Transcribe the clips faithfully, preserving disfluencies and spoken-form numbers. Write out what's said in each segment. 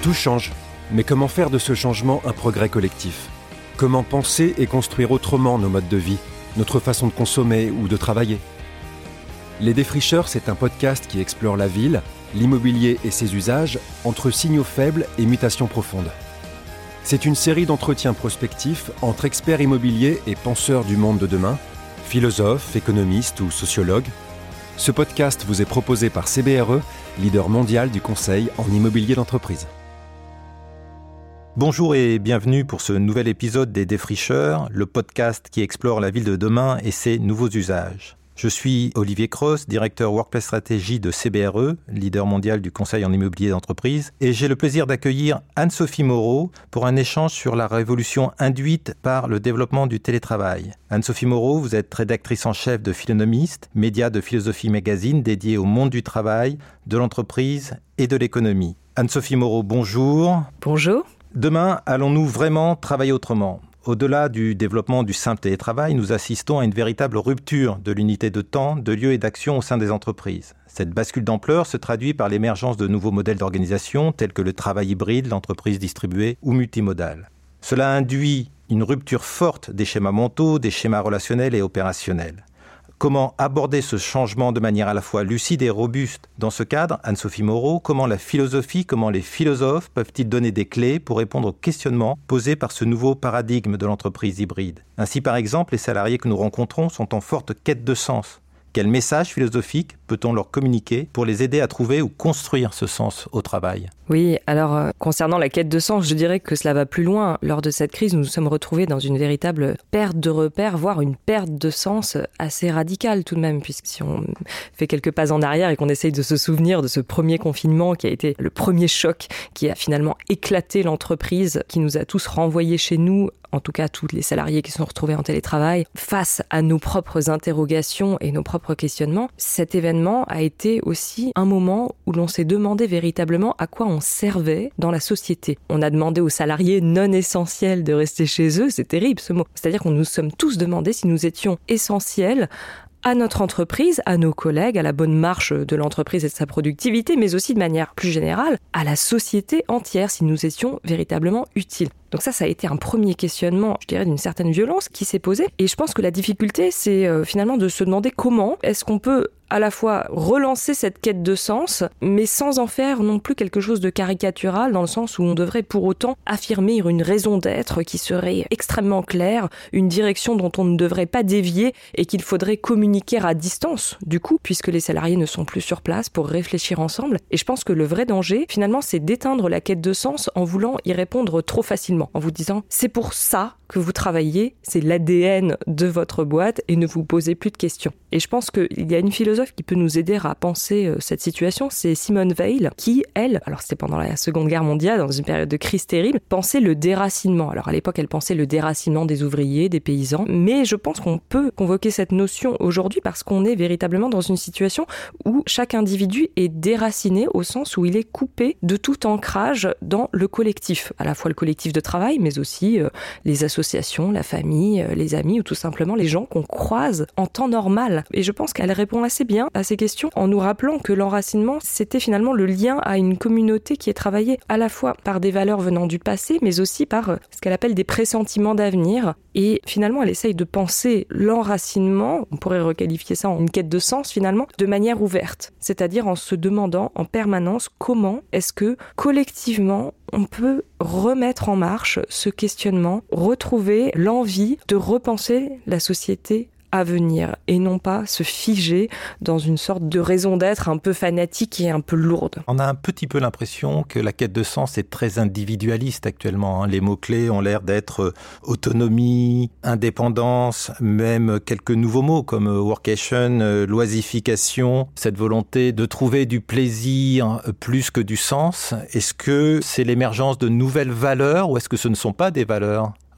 Tout change, mais comment faire de ce changement un progrès collectif ? Comment penser et construire autrement nos modes de vie, notre façon de consommer ou de travailler ? Les Défricheurs, c'est un podcast qui explore la ville, l'immobilier et ses usages, entre signaux faibles et mutations profondes. C'est une série d'entretiens prospectifs entre experts immobiliers et penseurs du monde de demain, philosophes, économistes ou sociologues. Ce podcast vous est proposé par C B R E, leader mondial du conseil en immobilier d'entreprise. Bonjour et bienvenue pour ce nouvel épisode des Défricheurs, le podcast qui explore la ville de demain et ses nouveaux usages. Je suis Olivier Cross, directeur Workplace Stratégie de C B R E, leader mondial du conseil en immobilier d'entreprise, et j'ai le plaisir d'accueillir Anne-Sophie Moreau pour un échange sur la révolution induite par le développement du télétravail. Anne-Sophie Moreau, vous êtes rédactrice en chef de Philonomiste, média de philosophie magazine dédié au monde du travail, de l'entreprise et de l'économie. Anne-Sophie Moreau, bonjour. Bonjour. Demain, allons-nous vraiment travailler autrement ? Au-delà du développement du simple télétravail, nous assistons à une véritable rupture de l'unité de temps, de lieu et d'action au sein des entreprises. Cette bascule d'ampleur se traduit par l'émergence de nouveaux modèles d'organisation tels que le travail hybride, l'entreprise distribuée ou multimodale. Cela induit une rupture forte des schémas mentaux, des schémas relationnels et opérationnels. Comment aborder ce changement de manière à la fois lucide et robuste ? Dans ce cadre, Anne-Sophie Moreau, comment la philosophie, comment les philosophes peuvent-ils donner des clés pour répondre aux questionnements posés par ce nouveau paradigme de l'entreprise hybride ? Ainsi, par exemple, les salariés que nous rencontrons sont en forte quête de sens. Quel message philosophique peut-on leur communiquer pour les aider à trouver ou construire ce sens au travail ? Oui, alors euh, concernant la quête de sens, je dirais que cela va plus loin. Lors de cette crise, nous nous sommes retrouvés dans une véritable perte de repères, voire une perte de sens assez radicale tout de même, puisque si on fait quelques pas en arrière et qu'on essaye de se souvenir de ce premier confinement qui a été le premier choc, qui a finalement éclaté l'entreprise, qui nous a tous renvoyés chez nous, en tout cas tous les salariés qui se sont retrouvés en télétravail, face à nos propres interrogations et nos propres questionnements, cet événement a été aussi un moment où l'on s'est demandé véritablement à quoi on servait dans la société. On a demandé aux salariés non essentiels de rester chez eux, c'est terrible ce mot. C'est-à-dire qu'on nous sommes tous demandé si nous étions essentiels à notre entreprise, à nos collègues, à la bonne marche de l'entreprise et de sa productivité, mais aussi de manière plus générale, à la société entière, si nous étions véritablement utiles. Donc ça, ça a été un premier questionnement, je dirais, d'une certaine violence qui s'est posé. Et je pense que la difficulté, c'est euh, finalement de se demander comment est-ce qu'on peut à la fois relancer cette quête de sens, mais sans en faire non plus quelque chose de caricatural, dans le sens où on devrait pour autant affirmer une raison d'être qui serait extrêmement claire, une direction dont on ne devrait pas dévier et qu'il faudrait communiquer à distance, du coup, puisque les salariés ne sont plus sur place pour réfléchir ensemble. Et je pense que le vrai danger, finalement, c'est d'éteindre la quête de sens en voulant y répondre trop facilement, en vous disant « c'est pour ça que vous travaillez, c'est l'A D N de votre boîte et ne vous posez plus de questions ». Et je pense qu'il y a une philosophe qui peut nous aider à penser euh, cette situation, c'est Simone Weil, qui, elle, alors c'était pendant la Seconde Guerre mondiale, dans une période de crise terrible, pensait le déracinement. Alors à l'époque, elle pensait le déracinement des ouvriers, des paysans, mais je pense qu'on peut convoquer cette notion aujourd'hui parce qu'on est véritablement dans une situation où chaque individu est déraciné au sens où il est coupé de tout ancrage dans le collectif, à la fois le collectif de travail, mais aussi euh, les associations, la famille, euh, les amis ou tout simplement les gens qu'on croise en temps normal. Et je pense qu'elle répond assez bien à ces questions en nous rappelant que l'enracinement, c'était finalement le lien à une communauté qui est travaillée à la fois par des valeurs venant du passé, mais aussi par ce qu'elle appelle des pressentiments d'avenir. Et finalement, elle essaye de penser l'enracinement, on pourrait requalifier ça en une quête de sens finalement, de manière ouverte. C'est-à-dire en se demandant en permanence comment est-ce que collectivement, on peut remettre en marche ce questionnement, retrouver l'envie de repenser la société à venir et non pas se figer dans une sorte de raison d'être un peu fanatique et un peu lourde. On a un petit peu l'impression que la quête de sens est très individualiste actuellement. Les mots-clés ont l'air d'être autonomie, indépendance, même quelques nouveaux mots comme workation, loisification, cette volonté de trouver du plaisir plus que du sens. Est-ce que c'est l'émergence de nouvelles valeurs ou est-ce que ce ne sont pas des valeurs réelles ?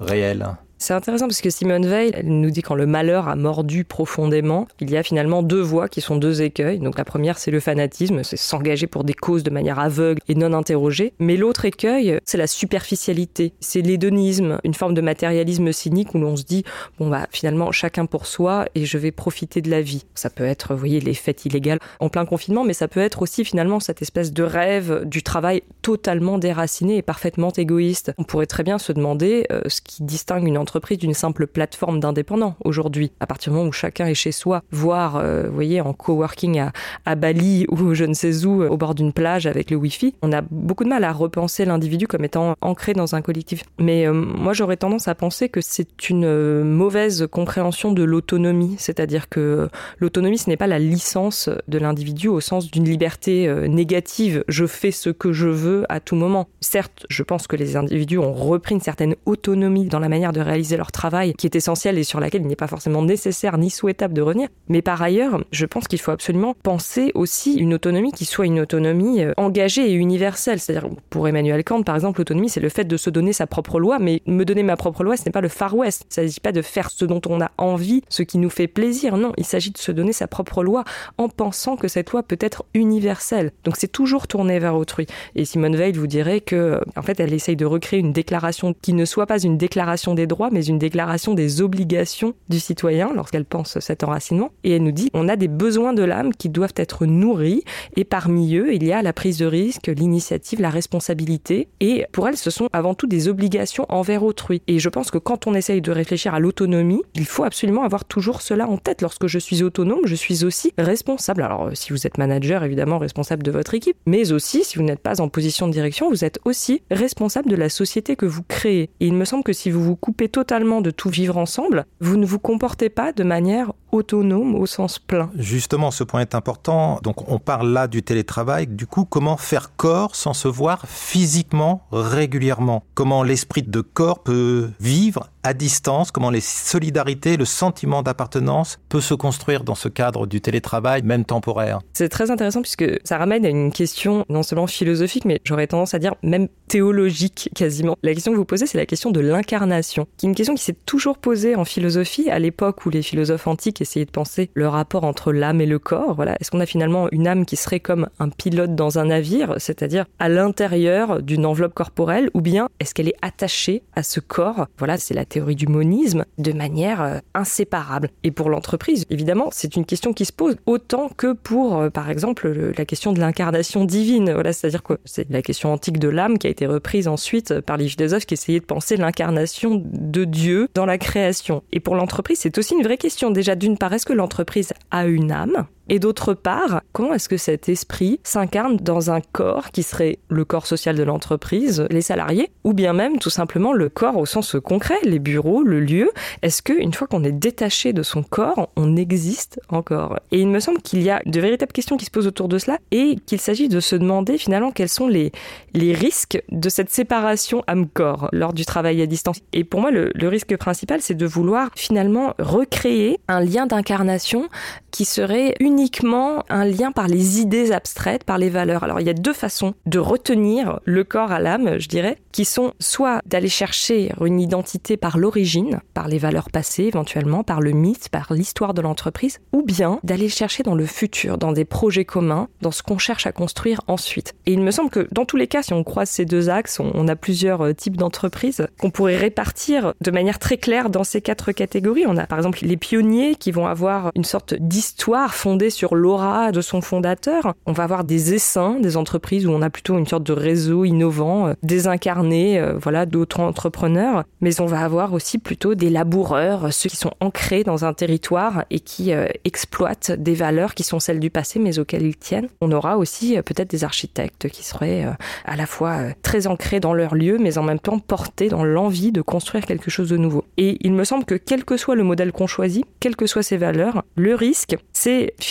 C'est intéressant parce que Simone Weil, elle nous dit quand le malheur a mordu profondément, il y a finalement deux voies qui sont deux écueils. Donc la première, c'est le fanatisme, c'est s'engager pour des causes de manière aveugle et non interrogée. Mais l'autre écueil, c'est la superficialité, c'est l'hédonisme, une forme de matérialisme cynique où l'on se dit, bon bah finalement chacun pour soi et je vais profiter de la vie. Ça peut être, vous voyez, les fêtes illégales en plein confinement, mais ça peut être aussi finalement cette espèce de rêve du travail totalement déraciné et parfaitement égoïste. On pourrait très bien se demander euh, ce qui distingue une entreprise d'une simple plateforme d'indépendants aujourd'hui. À partir du moment où chacun est chez soi, voire, euh, vous voyez, en coworking à, à Bali ou je ne sais où, au bord d'une plage avec le Wi-Fi, on a beaucoup de mal à repenser l'individu comme étant ancré dans un collectif. Mais euh, moi, j'aurais tendance à penser que c'est une euh, mauvaise compréhension de l'autonomie. C'est-à-dire que l'autonomie, ce n'est pas la licence de l'individu au sens d'une liberté euh, négative. Je fais ce que je veux à tout moment. Certes, je pense que les individus ont repris une certaine autonomie dans la manière de réaliser leur travail, qui est essentielle et sur laquelle il n'est pas forcément nécessaire ni souhaitable de revenir. Mais par ailleurs, je pense qu'il faut absolument penser aussi une autonomie qui soit une autonomie euh, engagée et universelle. C'est-à-dire, pour Emmanuel Kant, par exemple, l'autonomie, c'est le fait de se donner sa propre loi, mais me donner ma propre loi, ce n'est pas le Far West. Il ne s'agit pas de faire ce dont on a envie, ce qui nous fait plaisir. Non, il s'agit de se donner sa propre loi en pensant que cette loi peut être universelle. Donc c'est toujours tourné vers autrui. Et Simone Weil vous dirait que, en fait, elle essaye de recréer une déclaration qui ne soit pas une déclaration des droits, mais une déclaration des obligations du citoyen lorsqu'elle pense cet enracinement. Et elle nous dit, on a des besoins de l'âme qui doivent être nourris, et parmi eux, il y a la prise de risque, l'initiative, la responsabilité. Et pour elle, ce sont avant tout des obligations envers autrui. Et je pense que quand on essaye de réfléchir à l'autonomie, il faut absolument avoir toujours cela en tête. Lorsque je suis autonome, je suis aussi responsable. Alors, si vous êtes manager, évidemment, responsable de votre équipe, mais aussi, si vous n'êtes pas en position de direction, vous êtes aussi responsable de la société que vous créez. Et il me semble que si vous vous coupez totalement de tout vivre ensemble, vous ne vous comportez pas de manière autonome au sens plein. Justement, ce point est important. Donc, on parle là du télétravail. Du coup, comment faire corps sans se voir physiquement régulièrement? Comment l'esprit de corps peut vivre à distance? Comment les solidarités, le sentiment d'appartenance peut se construire dans ce cadre du télétravail, même temporaire? C'est très intéressant puisque ça ramène à une question non seulement philosophique, mais j'aurais tendance à dire même théologique quasiment. La question que vous posez, c'est la question de l'incarnation, qui est une question qui s'est toujours posée en philosophie à l'époque où les philosophes antiques essayaient de penser le rapport entre l'âme et le corps. Voilà. Est-ce qu'on a finalement une âme qui serait comme un pilote dans un navire, c'est-à-dire à l'intérieur d'une enveloppe corporelle, ou bien est-ce qu'elle est attachée à ce corps? Voilà, c'est la théorie du monisme, de manière euh, inséparable. Et pour l'entreprise, évidemment, c'est une question qui se pose autant que pour, euh, par exemple, le, la question de l'incarnation divine. Voilà, c'est-à-dire que c'est la question antique de l'âme qui a été reprise ensuite par les philosophes qui essayaient de penser l'incarnation de Dieu dans la création. Et pour l'entreprise, c'est aussi une vraie question. Déjà, d'une part, est-ce que l'entreprise a une âme ? Et d'autre part, comment est-ce que cet esprit s'incarne dans un corps qui serait le corps social de l'entreprise, les salariés, ou bien même tout simplement le corps au sens concret, les bureaux, le lieu? Est-ce qu'une fois qu'on est détaché de son corps, on existe encore? Et il me semble qu'il y a de véritables questions qui se posent autour de cela et qu'il s'agit de se demander finalement quels sont les, les risques de cette séparation âme-corps lors du travail à distance. Et pour moi, le, le risque principal, c'est de vouloir finalement recréer un lien d'incarnation qui serait uniquement un lien par les idées abstraites, par les valeurs. Alors il y a deux façons de retenir le corps à l'âme, je dirais, qui sont soit d'aller chercher une identité par l'origine, par les valeurs passées éventuellement, par le mythe, par l'histoire de l'entreprise, ou bien d'aller chercher dans le futur, dans des projets communs, dans ce qu'on cherche à construire ensuite. Et il me semble que dans tous les cas, si on croise ces deux axes, on, on a plusieurs types d'entreprises qu'on pourrait répartir de manière très claire dans ces quatre catégories. On a par exemple les pionniers qui vont avoir une sorte d'histoire Histoire fondée sur l'aura de son fondateur. On va avoir des essaims, des entreprises où on a plutôt une sorte de réseau innovant, euh, désincarné, euh, voilà, d'autres entrepreneurs. Mais on va avoir aussi plutôt des laboureurs, ceux qui sont ancrés dans un territoire et qui euh, exploitent des valeurs qui sont celles du passé, mais auxquelles ils tiennent. On aura aussi euh, peut-être des architectes qui seraient euh, à la fois euh, très ancrés dans leur lieu, mais en même temps portés dans l'envie de construire quelque chose de nouveau. Et il me semble que quel que soit le modèle qu'on choisit, quelles que soient ses valeurs, le risque, c'est finalement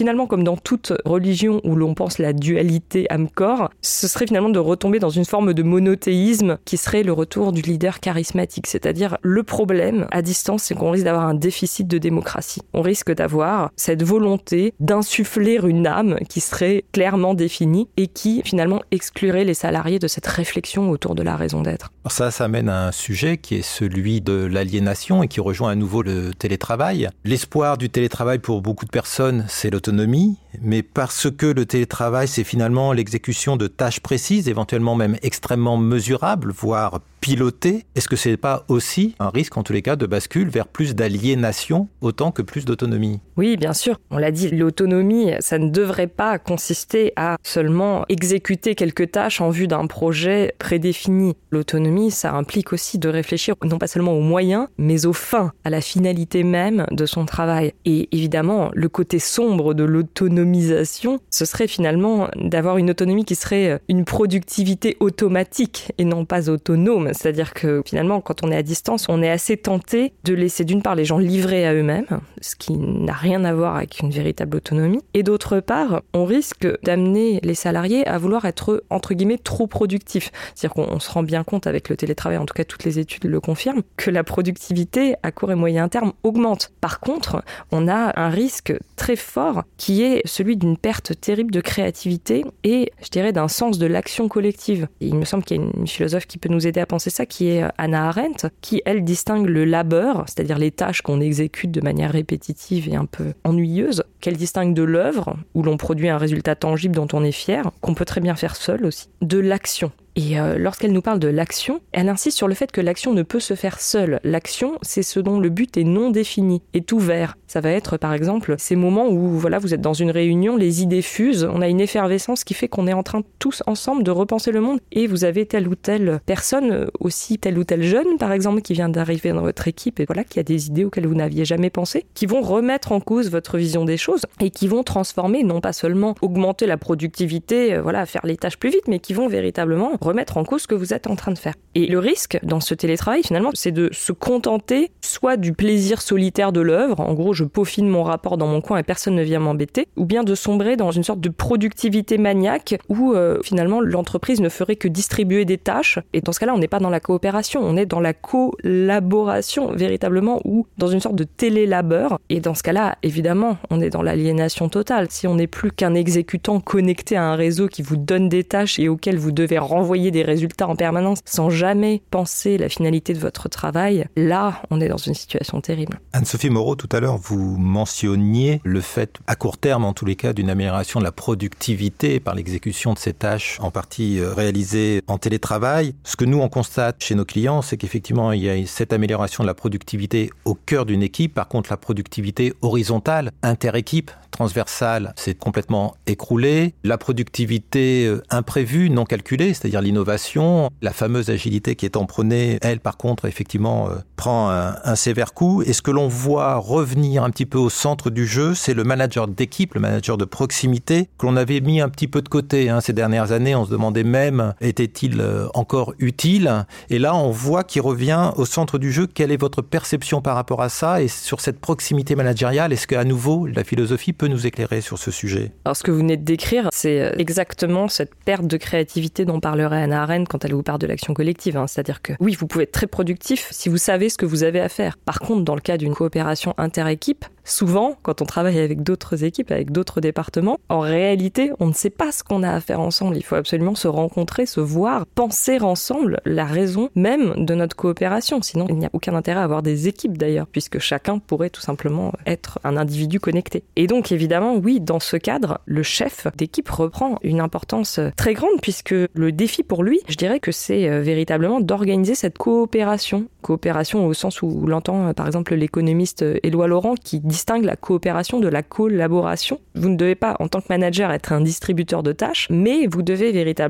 finalement, comme dans toute religion où l'on pense la dualité âme-corps, ce serait finalement de retomber dans une forme de monothéisme qui serait le retour du leader charismatique. C'est-à-dire, le problème à distance, c'est qu'on risque d'avoir un déficit de démocratie. On risque d'avoir cette volonté d'insuffler une âme qui serait clairement définie et qui, finalement, exclurait les salariés de cette réflexion autour de la raison d'être. Alors ça, ça amène à un sujet qui est celui de l'aliénation et qui rejoint à nouveau le télétravail. L'espoir du télétravail pour beaucoup de personnes, c'est l'autonomie, mais parce que le télétravail, c'est finalement l'exécution de tâches précises, éventuellement même extrêmement mesurables, voire pilotées, est-ce que c'est pas aussi un risque, en tous les cas, de bascule vers plus d'aliénation autant que plus d'autonomie? Oui, bien sûr. On l'a dit, l'autonomie, ça ne devrait pas consister à seulement exécuter quelques tâches en vue d'un projet prédéfini. L'autonomie, ça implique aussi de réfléchir non pas seulement aux moyens, mais aux fins, à la finalité même de son travail. Et évidemment, le côté sombre de l'autonomisation, ce serait finalement d'avoir une autonomie qui serait une productivité automatique et non pas autonome. C'est-à-dire que finalement, quand on est à distance, on est assez tenté de laisser d'une part les gens livrés à eux-mêmes, ce qui n'a rien à voir avec une véritable autonomie, et d'autre part, on risque d'amener les salariés à vouloir être, entre guillemets, trop productifs. C'est-à-dire qu'on se rend bien compte avec le télétravail, en tout cas toutes les études le confirment, que la productivité à court et moyen terme augmente. Par contre, on a un risque très fort qui est celui d'une perte terrible de créativité et, je dirais, d'un sens de l'action collective. Et il me semble qu'il y a une philosophe qui peut nous aider à penser ça, qui est Hannah Arendt, qui, elle, distingue le labeur, c'est-à-dire les tâches qu'on exécute de manière répétitive et un peu ennuyeuse, qu'elle distingue de l'œuvre, où l'on produit un résultat tangible dont on est fier, qu'on peut très bien faire seul aussi, de l'action. Et euh, lorsqu'elle nous parle de l'action, elle insiste sur le fait que l'action ne peut se faire seule. L'action, c'est ce dont le but est non défini, est ouvert. Ça va être, par exemple, ces moments où voilà, vous êtes dans une réunion, les idées fusent, on a une effervescence qui fait qu'on est en train tous ensemble de repenser le monde. Et vous avez telle ou telle personne, aussi tel ou tel jeune, par exemple, qui vient d'arriver dans votre équipe et voilà, qui a des idées auxquelles vous n'aviez jamais pensé, qui vont remettre en cause votre vision des choses et qui vont transformer, non pas seulement augmenter la productivité, voilà, faire les tâches plus vite, mais qui vont véritablement remettre en cause ce que vous êtes en train de faire. Et le risque dans ce télétravail, finalement, c'est de se contenter soit du plaisir solitaire de l'œuvre, en gros, je peaufine mon rapport dans mon coin et personne ne vient m'embêter, ou bien de sombrer dans une sorte de productivité maniaque où, euh, finalement, l'entreprise ne ferait que distribuer des tâches. Et dans ce cas-là, on n'est pas dans la coopération, on est dans la collaboration, véritablement, ou dans une sorte de télélabeur. Et dans ce cas-là, évidemment, on est dans l'aliénation totale. Si on n'est plus qu'un exécutant connecté à un réseau qui vous donne des tâches et auquel vous devez renvoyer des résultats en permanence sans jamais penser la finalité de votre travail, là, on est dans une situation terrible. Anne-Sophie Moreau, tout à l'heure, vous mentionniez le fait, à court terme en tous les cas, d'une amélioration de la productivité par l'exécution de ces tâches en partie réalisées en télétravail. Ce que nous, on constate chez nos clients, c'est qu'effectivement, il y a cette amélioration de la productivité au cœur d'une équipe. Par contre, la productivité horizontale, inter-équipe, transversale, s'est complètement écroulée. La productivité imprévue, non calculée, c'est-à-dire l'innovation, la fameuse agilité qui est empruntée, elle, par contre, effectivement, euh, prend un, un sévère coup. Et ce que l'on voit revenir un petit peu au centre du jeu, c'est le manager d'équipe, le manager de proximité, que l'on avait mis un petit peu de côté hein, ces dernières années. On se demandait même, était-il euh, encore utile? Et là, on voit qu'il revient au centre du jeu. Quelle est votre perception par rapport à ça? Et sur cette proximité managériale, est-ce qu'à nouveau, la philosophie peut nous éclairer sur ce sujet? Alors, ce que vous venez de décrire, c'est exactement cette perte de créativité dont parlerait Hannah Arendt quand elle vous parle de l'action collective. Hein. C'est-à-dire que oui, vous pouvez être très productif si vous savez ce que vous avez à faire. Par contre, dans le cas d'une coopération inter-équipe, souvent, quand on travaille avec d'autres équipes, avec d'autres départements, en réalité, on ne sait pas ce qu'on a à faire ensemble. Il faut absolument se rencontrer, se voir, penser ensemble la raison même de notre coopération. Sinon, il n'y a aucun intérêt à avoir des équipes d'ailleurs, puisque chacun pourrait tout simplement être un individu connecté. Et donc, évidemment, oui, dans ce cadre, le chef d'équipe reprend une importance très grande, puisque le défi pour lui, je dirais que c'est véritablement d'organiser cette coopération. Coopération au sens où l'entend, par exemple, l'économiste Éloi Laurent, qui distingue la coopération de la collaboration. Vous ne devez pas, en tant que manager, être un distributeur de tâches, mais vous devez véritablement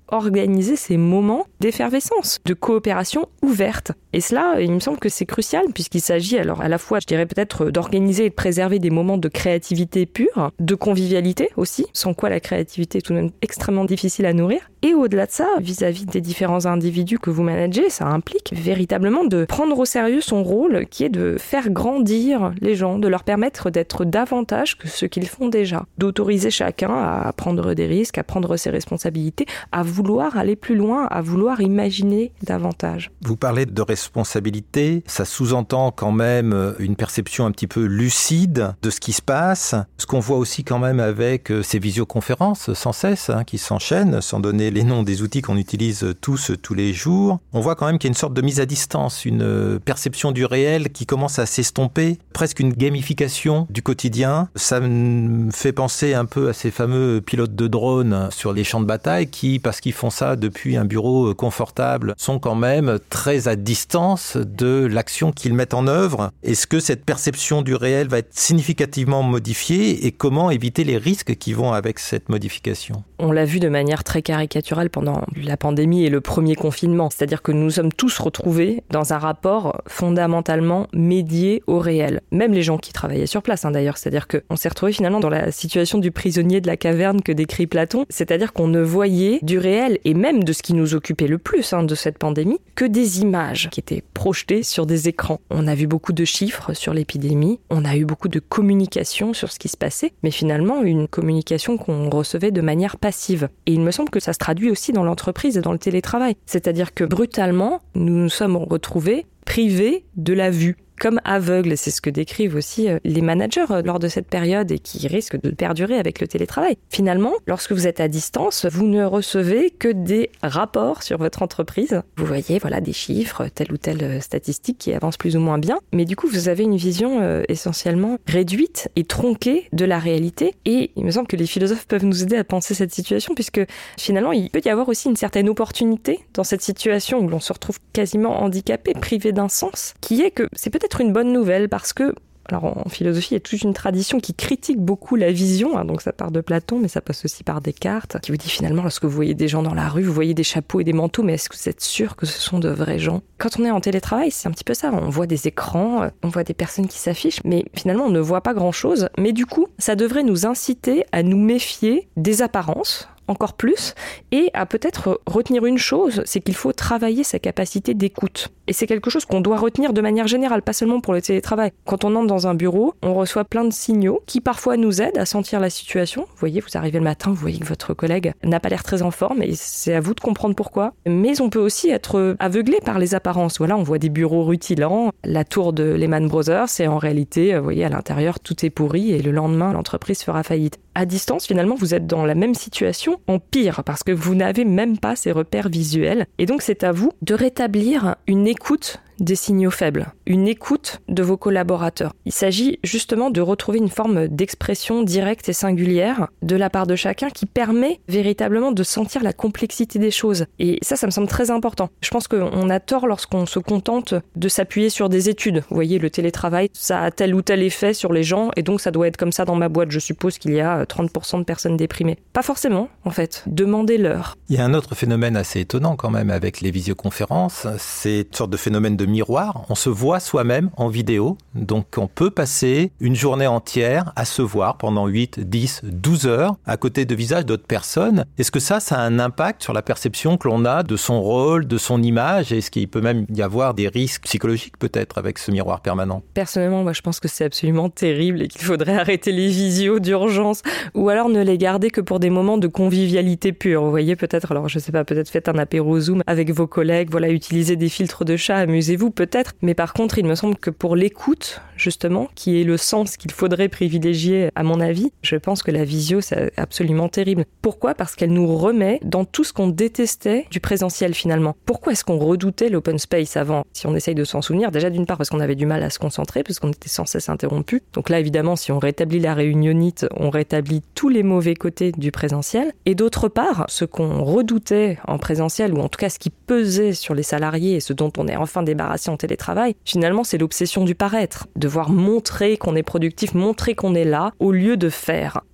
organiser ces moments d'effervescence, de coopération ouverte. Et cela, il me semble que c'est crucial puisqu'il s'agit alors à la fois, je dirais peut-être, d'organiser et de préserver des moments de créativité pure, de convivialité aussi, sans quoi la créativité est tout de même extrêmement difficile à nourrir. Et au-delà de ça, vis-à-vis des différents individus que vous managez, ça implique véritablement de prendre au sérieux son rôle qui est de faire grandir les gens, de leur permettre d'être davantage que ce qu'ils font déjà, d'autoriser chacun à prendre des risques, à prendre ses responsabilités, à vouloir aller plus loin, à vouloir imaginer davantage. Vous parlez de responsabilité, ça sous-entend quand même une perception un petit peu lucide de ce qui se passe. Ce qu'on voit aussi quand même avec ces visioconférences sans cesse, hein, qui s'enchaînent, sans donner les noms des outils qu'on utilise tous, tous les jours, on voit quand même qu'il y a une sorte de mise à distance, une perception du réel qui commence à s'estomper, presque une gamification du quotidien. Ça me fait penser un peu à ces fameux pilotes de drones sur les champs de bataille qui, parce qu'ils font ça depuis un bureau confortable, sont quand même très à distance de l'action qu'ils mettent en œuvre. Est-ce que cette perception du réel va être significativement modifiée et comment éviter les risques qui vont avec cette modification ? On l'a vu de manière très caricaturale pendant la pandémie et le premier confinement, c'est-à-dire que nous nous sommes tous retrouvés dans un rapport fondamentalement médié au réel. Même les gens qui travaillaient sur place, hein, d'ailleurs, c'est-à-dire qu'on s'est retrouvés finalement dans la situation du prisonnier de la caverne que décrit Platon, c'est-à-dire qu'on ne voyait du réel et même de ce qui nous occupait le plus hein, de cette pandémie que des images qui étaient projetées sur des écrans. On a vu beaucoup de chiffres sur l'épidémie, on a eu beaucoup de communication sur ce qui se passait, mais finalement une communication qu'on recevait de manière passive. Et il me semble que ça se traduit aussi dans l'entreprise et dans le télétravail. C'est-à-dire que brutalement, nous nous sommes retrouvés privés de la vue. Comme aveugles, c'est ce que décrivent aussi les managers lors de cette période et qui risquent de perdurer avec le télétravail. Finalement, lorsque vous êtes à distance, vous ne recevez que des rapports sur votre entreprise. Vous voyez voilà, des chiffres, telle ou telle statistique qui avance plus ou moins bien, mais du coup, vous avez une vision euh, essentiellement réduite et tronquée de la réalité. Et il me semble que les philosophes peuvent nous aider à penser cette situation, puisque finalement, il peut y avoir aussi une certaine opportunité dans cette situation où l'on se retrouve quasiment handicapé, privé d'un sens, qui est que c'est peut-être une bonne nouvelle parce que, alors en philosophie, il y a toute une tradition qui critique beaucoup la vision, hein, donc ça part de Platon, mais ça passe aussi par Descartes, qui vous dit finalement, lorsque vous voyez des gens dans la rue, vous voyez des chapeaux et des manteaux, mais est-ce que vous êtes sûr que ce sont de vrais gens ? Quand on est en télétravail, c'est un petit peu ça, on voit des écrans, on voit des personnes qui s'affichent, mais finalement on ne voit pas grand-chose, mais du coup, ça devrait nous inciter à nous méfier des apparences, encore plus, et à peut-être retenir une chose, c'est qu'il faut travailler sa capacité d'écoute. Et c'est quelque chose qu'on doit retenir de manière générale, pas seulement pour le télétravail. Quand on entre dans un bureau, on reçoit plein de signaux qui parfois nous aident à sentir la situation. Vous voyez, vous arrivez le matin, vous voyez que votre collègue n'a pas l'air très en forme, et c'est à vous de comprendre pourquoi. Mais on peut aussi être aveuglé par les apparences. Voilà, on voit des bureaux rutilants, la tour de Lehman Brothers, et en réalité, vous voyez, à l'intérieur, tout est pourri, et le lendemain, l'entreprise fera faillite. À distance, finalement, vous êtes dans la même situation, en pire, parce que vous n'avez même pas ces repères visuels. Et donc, c'est à vous de rétablir une écoute des signaux faibles, une écoute de vos collaborateurs. Il s'agit justement de retrouver une forme d'expression directe et singulière de la part de chacun qui permet véritablement de sentir la complexité des choses. Et ça, ça me semble très important. Je pense qu'on a tort lorsqu'on se contente de s'appuyer sur des études. Vous voyez, le télétravail, ça a tel ou tel effet sur les gens et donc ça doit être comme ça dans ma boîte. Je suppose qu'il y a trente pour cent de personnes déprimées. Pas forcément, en fait. Demandez-leur. Il y a un autre phénomène assez étonnant quand même avec les visioconférences. C'est une sorte de phénomène de miroir, on se voit soi-même en vidéo, donc on peut passer une journée entière à se voir pendant huit, dix, douze heures à côté de visages d'autres personnes. Est-ce que ça, ça a un impact sur la perception que l'on a de son rôle, de son image? Est-ce qu'il peut même y avoir des risques psychologiques peut-être avec ce miroir permanent? Personnellement, moi je pense que c'est absolument terrible et qu'il faudrait arrêter les visios d'urgence ou alors ne les garder que pour des moments de convivialité pure. Vous voyez, peut-être, alors je sais pas, peut-être faites un apéro Zoom avec vos collègues, voilà, utilisez des filtres de chat, amusez-vous peut-être, mais par contre, il me semble que pour l'écoute, justement, qui est le sens qu'il faudrait privilégier, à mon avis, je pense que la visio, c'est absolument terrible. Pourquoi ? Parce qu'elle nous remet dans tout ce qu'on détestait du présentiel, finalement. Pourquoi est-ce qu'on redoutait l'open space avant ? Si on essaye de s'en souvenir, déjà d'une part parce qu'on avait du mal à se concentrer, parce qu'on était sans cesse interrompu. Donc là, évidemment, si on rétablit la réunionite, on rétablit tous les mauvais côtés du présentiel. Et d'autre part, ce qu'on redoutait en présentiel, ou en tout cas ce qui pesait sur les salariés et ce dont on est enfin débarrassé en télétravail, finalement, c'est l'obsession du paraître. Devoir montrer qu'on est productif, montrer qu'on est là, au lieu de faire.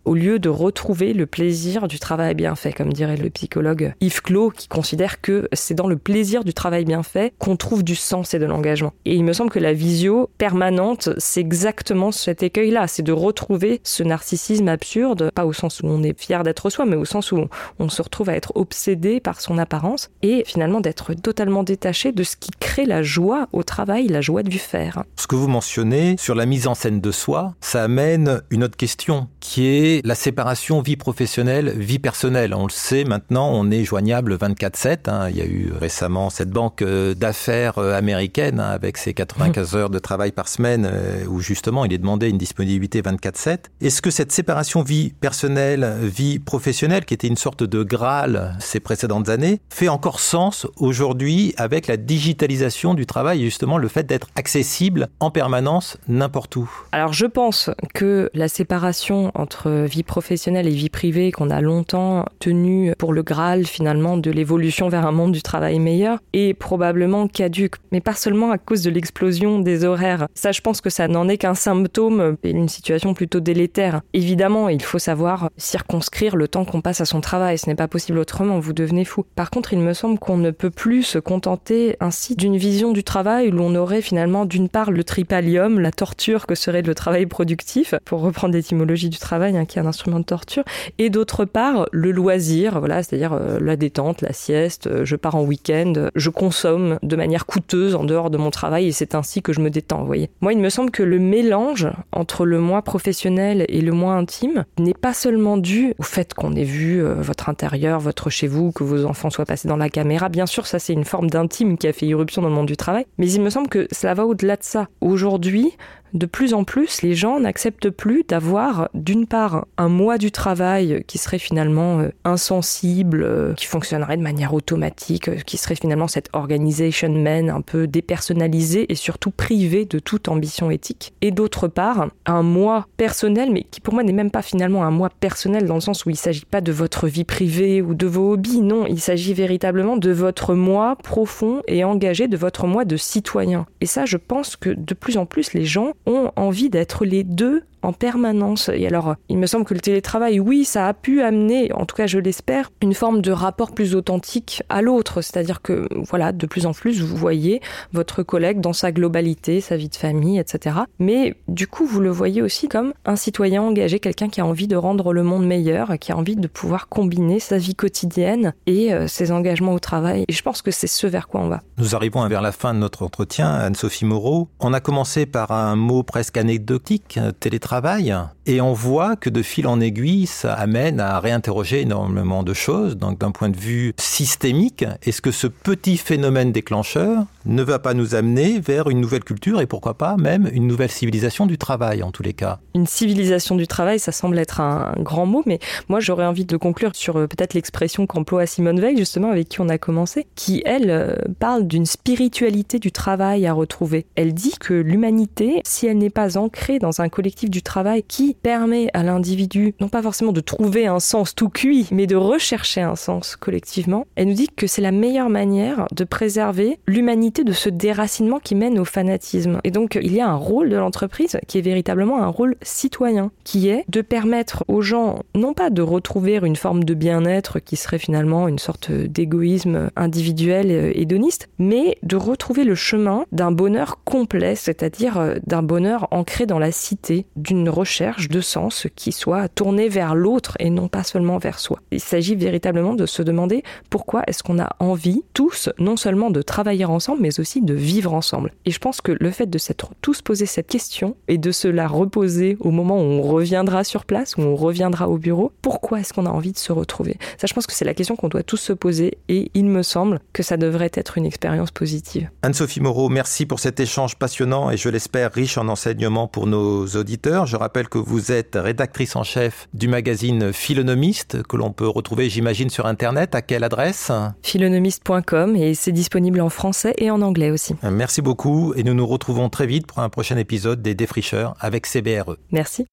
au lieu de retrouver le plaisir du travail bien fait, comme dirait le psychologue Yves Clos, qui considère que c'est dans le plaisir du travail bien fait qu'on trouve du sens et de l'engagement. Et il me semble que la visio permanente, c'est exactement cet écueil-là, c'est de retrouver ce narcissisme absurde, pas au sens où on est fier d'être soi, mais au sens où on se retrouve à être obsédé par son apparence et finalement d'être totalement détaché de ce qui crée la joie au travail, la joie du faire. Ce que vous mentionnez sur la mise en scène de soi, ça amène une autre question qui est la séparation vie professionnelle, vie personnelle. On le sait maintenant, on est joignable vingt-quatre sept. Hein. Il y a eu récemment cette banque d'affaires américaine hein, avec ses quatre-vingt-quinze mmh. heures de travail par semaine euh, où justement il est demandé une disponibilité vingt-quatre sept. Est-ce que cette séparation vie personnelle, vie professionnelle, qui était une sorte de Graal ces précédentes années, fait encore sens aujourd'hui avec la digitalisation du travail et justement le fait d'être accessible en permanence n'importe où? Alors je pense que la séparation entre vie professionnelle et vie privée qu'on a longtemps tenue pour le Graal finalement de l'évolution vers un monde du travail meilleur est probablement caduque, mais pas seulement à cause de l'explosion des horaires. Ça, je pense que ça n'en est qu'un symptôme et une situation plutôt délétère. Évidemment, il faut savoir circonscrire le temps qu'on passe à son travail. Ce n'est pas possible autrement, vous devenez fou. Par contre, il me semble qu'on ne peut plus se contenter ainsi d'une vision du travail où l'on aurait finalement d'une part le tripalium, la torture que serait le travail productif, pour reprendre l'étymologie du travail, hein, qui est un instrument de torture, et d'autre part le loisir, voilà, c'est-à-dire euh, la détente, la sieste, euh, je pars en week-end, je consomme de manière coûteuse en dehors de mon travail et c'est ainsi que je me détends, vous voyez. Moi, il me semble que le mélange entre le moi professionnel et le moi intime n'est pas seulement dû au fait qu'on ait vu euh, votre intérieur, votre chez vous, que vos enfants soient passés dans la caméra. Bien sûr, ça c'est une forme d'intime qui a fait irruption dans le monde du travail, mais il me semble que cela va au-delà de ça. Aujourd'hui, de plus en plus, les gens n'acceptent plus d'avoir, d'une part, un moi du travail qui serait finalement euh, insensible, euh, qui fonctionnerait de manière automatique, euh, qui serait finalement cette organization man un peu dépersonnalisée et surtout privée de toute ambition éthique. Et d'autre part, un moi personnel, mais qui pour moi n'est même pas finalement un moi personnel dans le sens où il ne s'agit pas de votre vie privée ou de vos hobbies, non, il s'agit véritablement de votre moi profond et engagé, de votre moi de citoyen. Et ça, je pense que de plus en plus, les gens ont envie d'être les deux en permanence. Et alors, il me semble que le télétravail, oui, ça a pu amener, en tout cas je l'espère, une forme de rapport plus authentique à l'autre. C'est-à-dire que, voilà, de plus en plus, vous voyez votre collègue dans sa globalité, sa vie de famille, et cetera. Mais du coup, vous le voyez aussi comme un citoyen engagé, quelqu'un qui a envie de rendre le monde meilleur, qui a envie de pouvoir combiner sa vie quotidienne et euh, ses engagements au travail. Et je pense que c'est ce vers quoi on va. Nous arrivons vers la fin de notre entretien, Anne-Sophie Moreau. On a commencé par un mot presque anecdotique, télétravail. Et on voit que de fil en aiguille, ça amène à réinterroger énormément de choses. Donc d'un point de vue systémique, est-ce que ce petit phénomène déclencheur ne va pas nous amener vers une nouvelle culture et pourquoi pas même une nouvelle civilisation du travail en tous les cas? Une civilisation du travail, ça semble être un, un grand mot, mais moi j'aurais envie de conclure sur euh, peut-être l'expression qu'emploie Simone Veil, justement avec qui on a commencé, qui elle euh, parle d'une spiritualité du travail à retrouver. Elle dit que l'humanité, si elle n'est pas ancrée dans un collectif du travail qui permet à l'individu, non pas forcément de trouver un sens tout cuit, mais de rechercher un sens collectivement, elle nous dit que c'est la meilleure manière de préserver l'humanité de ce déracinement qui mène au fanatisme. Et donc, il y a un rôle de l'entreprise qui est véritablement un rôle citoyen, qui est de permettre aux gens, non pas de retrouver une forme de bien-être qui serait finalement une sorte d'égoïsme individuel et hédoniste, mais de retrouver le chemin d'un bonheur complet, c'est-à-dire d'un bonheur ancré dans la cité, d'une recherche de sens qui soit tournée vers l'autre et non pas seulement vers soi. Il s'agit véritablement de se demander pourquoi est-ce qu'on a envie, tous, non seulement de travailler ensemble, mais aussi de vivre ensemble. Et je pense que le fait de s'être tous posé cette question et de se la reposer au moment où on reviendra sur place, où on reviendra au bureau, pourquoi est-ce qu'on a envie de se retrouver? Ça, je pense que c'est la question qu'on doit tous se poser et il me semble que ça devrait être une expérience positive. Anne-Sophie Moreau, merci pour cet échange passionnant et je l'espère riche en enseignements pour nos auditeurs. Je rappelle que vous êtes rédactrice en chef du magazine Philonomiste, que l'on peut retrouver, j'imagine, sur Internet. À quelle adresse? philonomiste point com et c'est disponible en français et en anglais aussi. Merci beaucoup et nous nous retrouvons très vite pour un prochain épisode des Défricheurs avec C B R E. Merci.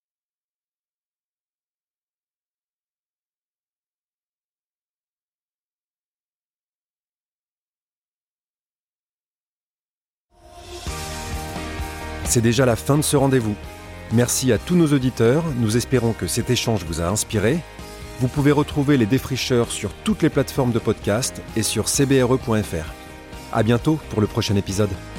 C'est déjà la fin de ce rendez-vous. Merci à tous nos auditeurs, nous espérons que cet échange vous a inspiré. Vous pouvez retrouver les défricheurs sur toutes les plateformes de podcast et sur c b r e point f r. À bientôt pour le prochain épisode.